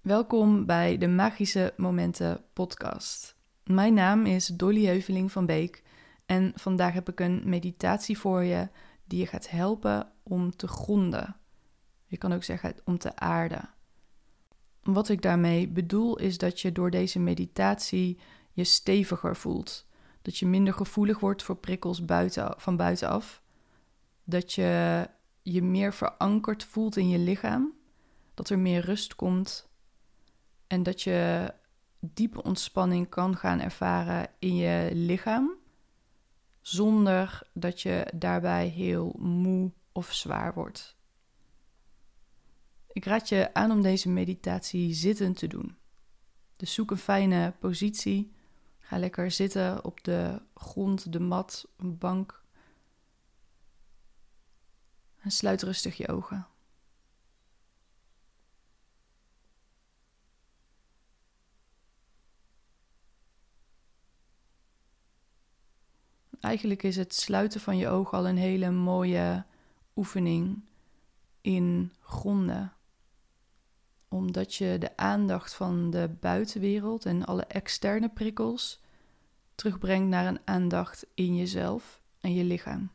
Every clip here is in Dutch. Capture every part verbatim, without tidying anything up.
Welkom bij de Magische Momenten podcast. Mijn naam is Dolly Heuveling van Beek en vandaag heb ik een meditatie voor je die je gaat helpen om te gronden. Je kan ook zeggen om te aarden. Wat ik daarmee bedoel is dat je door deze meditatie je steviger voelt. Dat je minder gevoelig wordt voor prikkels buiten, van buitenaf. Dat je je meer verankerd voelt in je lichaam. Dat er meer rust komt. En dat je diepe ontspanning kan gaan ervaren in je lichaam, zonder dat je daarbij heel moe of zwaar wordt. Ik raad je aan om deze meditatie zittend te doen. Dus zoek een fijne positie. Ga lekker zitten op de grond, de mat, een bank. En sluit rustig je ogen. Eigenlijk is het sluiten van je ogen al een hele mooie oefening in gronden. Omdat je de aandacht van de buitenwereld en alle externe prikkels terugbrengt naar een aandacht in jezelf en je lichaam.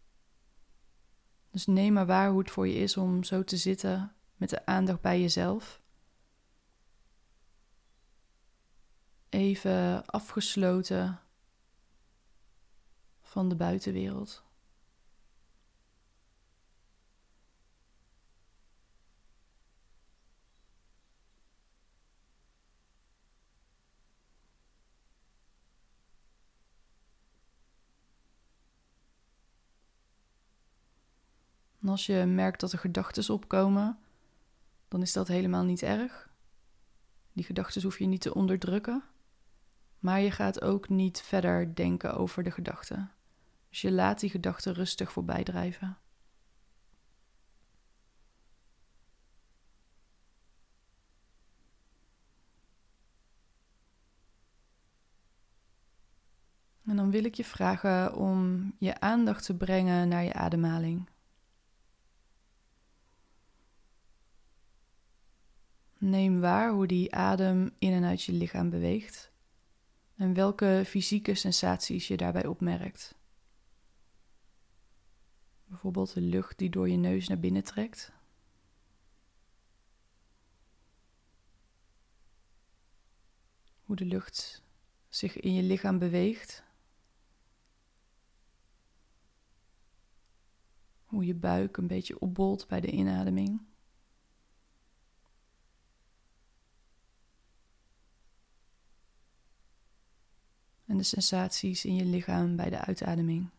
Dus neem maar waar hoe het voor je is om zo te zitten met de aandacht bij jezelf. Even afgesloten van de buitenwereld. En als je merkt dat er gedachten opkomen, dan is dat helemaal niet erg. Die gedachten hoef je niet te onderdrukken, maar je gaat ook niet verder denken over de gedachten. Dus je laat die gedachten rustig voorbij drijven. En dan wil ik je vragen om je aandacht te brengen naar je ademhaling. Neem waar hoe die adem in en uit je lichaam beweegt en welke fysieke sensaties je daarbij opmerkt. Bijvoorbeeld de lucht die door je neus naar binnen trekt. Hoe de lucht zich in je lichaam beweegt. Hoe je buik een beetje opbolt bij de inademing. En de sensaties in je lichaam bij de uitademing.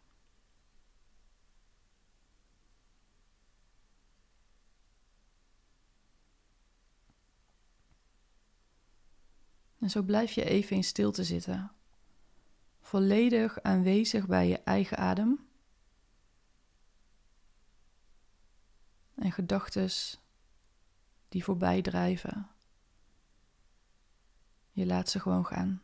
En zo blijf je even in stilte zitten. Volledig aanwezig bij je eigen adem. En gedachtes die voorbij drijven. Je laat ze gewoon gaan.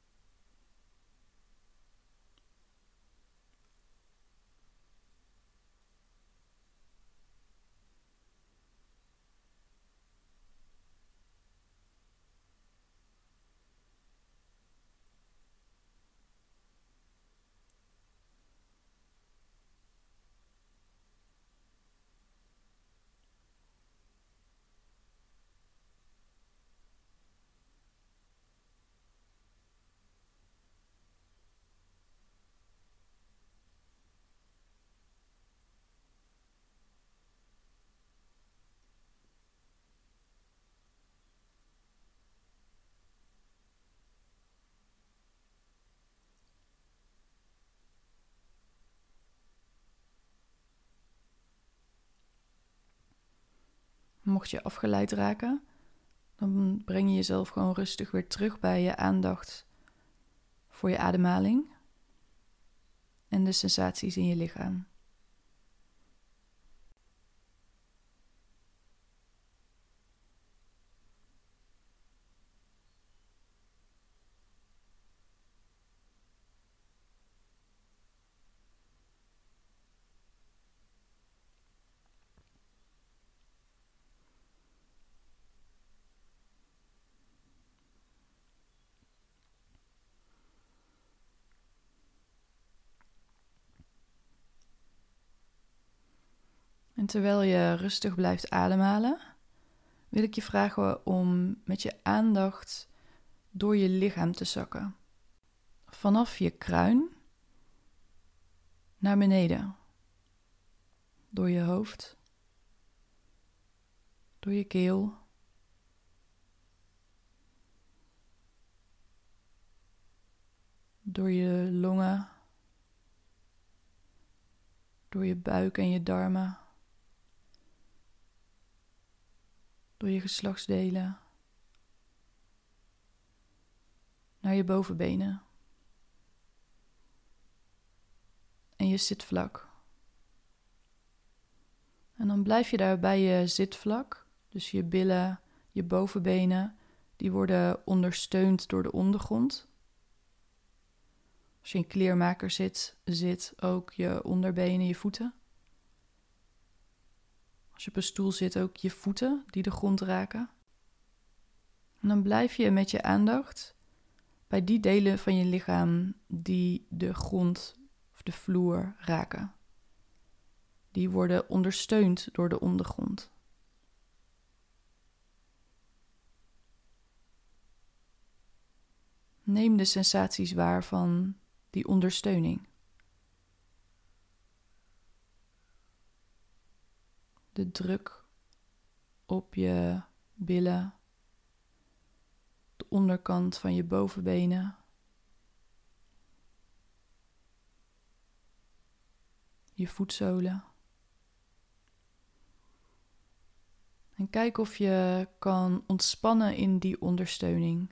Mocht je afgeleid raken, dan breng je jezelf gewoon rustig weer terug bij je aandacht voor je ademhaling en de sensaties in je lichaam. En terwijl je rustig blijft ademhalen, wil ik je vragen om met je aandacht door je lichaam te zakken. Vanaf je kruin naar beneden. Door je hoofd, door je keel, door je longen, door je buik en je darmen, door je geslachtsdelen, naar je bovenbenen en je zitvlak. En dan blijf je daar bij je zitvlak, dus je billen, je bovenbenen, die worden ondersteund door de ondergrond. Als je in kleermaker zit, zit ook je onderbenen, je voeten. Als je op een stoel zit, ook je voeten die de grond raken. En dan blijf je met je aandacht bij die delen van je lichaam die de grond of de vloer raken. Die worden ondersteund door de ondergrond. Neem de sensaties waar van die ondersteuning. De druk op je billen, de onderkant van je bovenbenen, je voetzolen. En kijk of je kan ontspannen in die ondersteuning.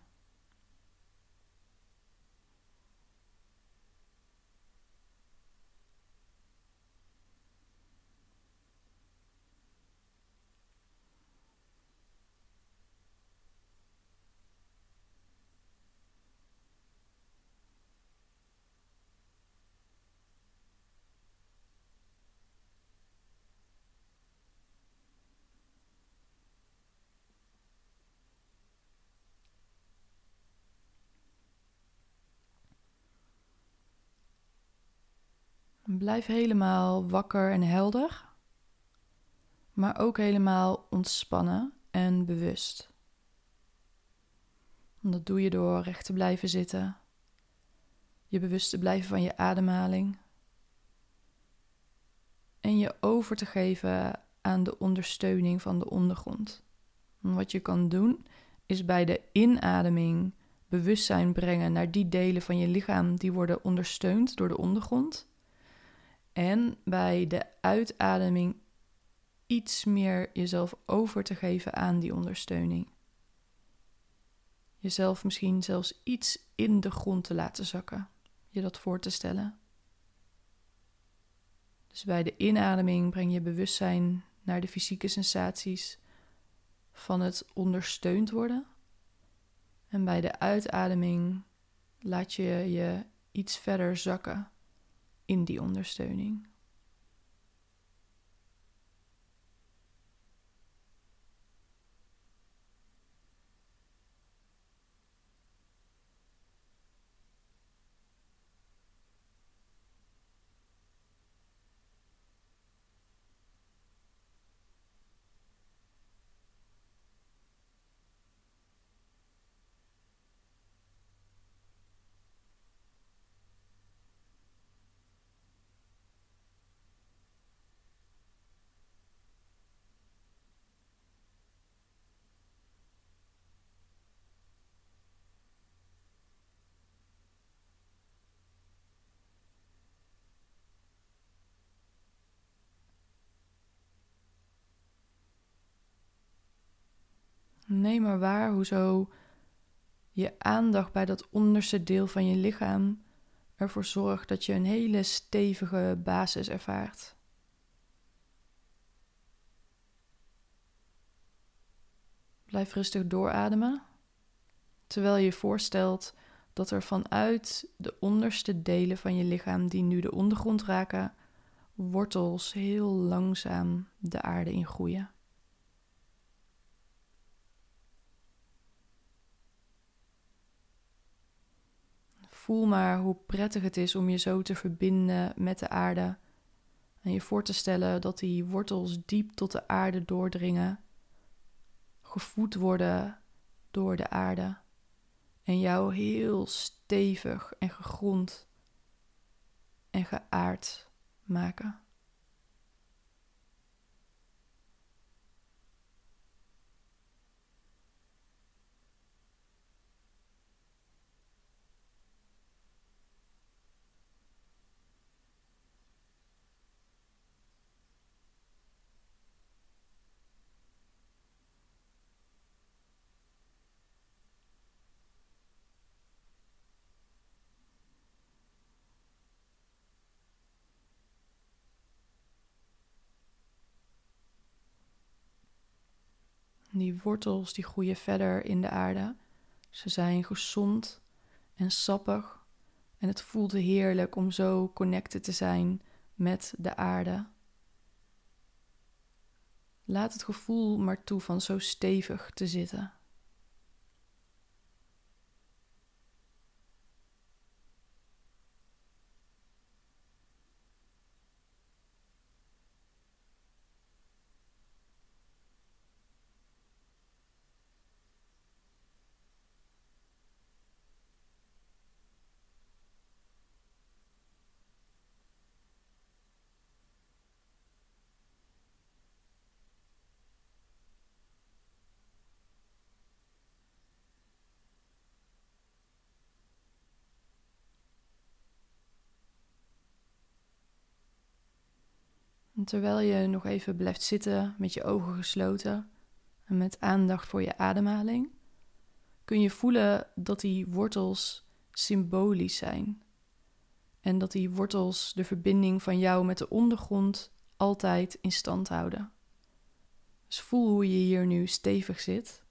Blijf helemaal wakker en helder, maar ook helemaal ontspannen en bewust. En dat doe je door recht te blijven zitten, je bewust te blijven van je ademhaling en je over te geven aan de ondersteuning van de ondergrond. En wat je kan doen is bij de inademing bewustzijn brengen naar die delen van je lichaam die worden ondersteund door de ondergrond. En bij de uitademing iets meer jezelf over te geven aan die ondersteuning. Jezelf misschien zelfs iets in de grond te laten zakken. Je dat voor te stellen. Dus bij de inademing breng je bewustzijn naar de fysieke sensaties van het ondersteund worden. En bij de uitademing laat je je iets verder zakken in die ondersteuning. Neem maar waar hoe zo je aandacht bij dat onderste deel van je lichaam ervoor zorgt dat je een hele stevige basis ervaart. Blijf rustig doorademen, terwijl je je voorstelt dat er vanuit de onderste delen van je lichaam die nu de ondergrond raken, wortels heel langzaam de aarde ingroeien. Voel maar hoe prettig het is om je zo te verbinden met de aarde En je voor te stellen dat die wortels diep tot de aarde doordringen, gevoed worden door de aarde en jou heel stevig en gegrond en geaard maken. Die wortels die groeien verder in de aarde. Ze zijn gezond en sappig. En het voelt heerlijk om zo connected te zijn met de aarde. Laat het gevoel maar toe van zo stevig te zitten. En terwijl je nog even blijft zitten met je ogen gesloten en met aandacht voor je ademhaling, kun je voelen dat die wortels symbolisch zijn. En dat die wortels de verbinding van jou met de ondergrond altijd in stand houden. Dus voel hoe je hier nu stevig zit.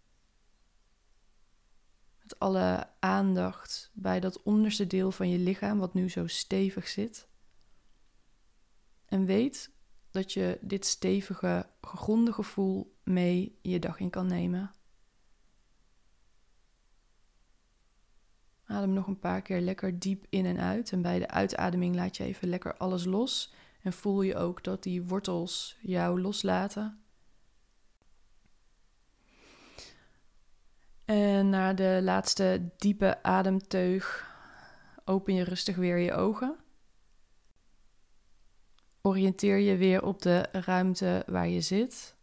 Met alle aandacht bij dat onderste deel van je lichaam wat nu zo stevig zit. En weet dat je dit stevige, gegronde gevoel mee je dag in kan nemen. Adem nog een paar keer lekker diep in en uit. En bij de uitademing laat je even lekker alles los. En voel je ook dat die wortels jou loslaten. En na de laatste diepe ademteug open je rustig weer je ogen. Oriënteer je weer op de ruimte waar je zit.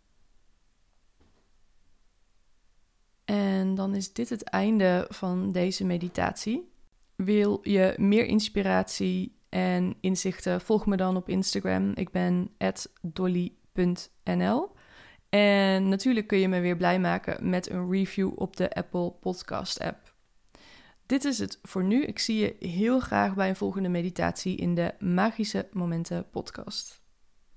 En dan is dit het einde van deze meditatie. Wil je meer inspiratie en inzichten? Volg me dan op Instagram. Ik ben at dolly punt n l. En natuurlijk kun je me weer blij maken met een review op de Apple Podcast app. Dit is het voor nu. Ik zie je heel graag bij een volgende meditatie in de Magische Momenten podcast.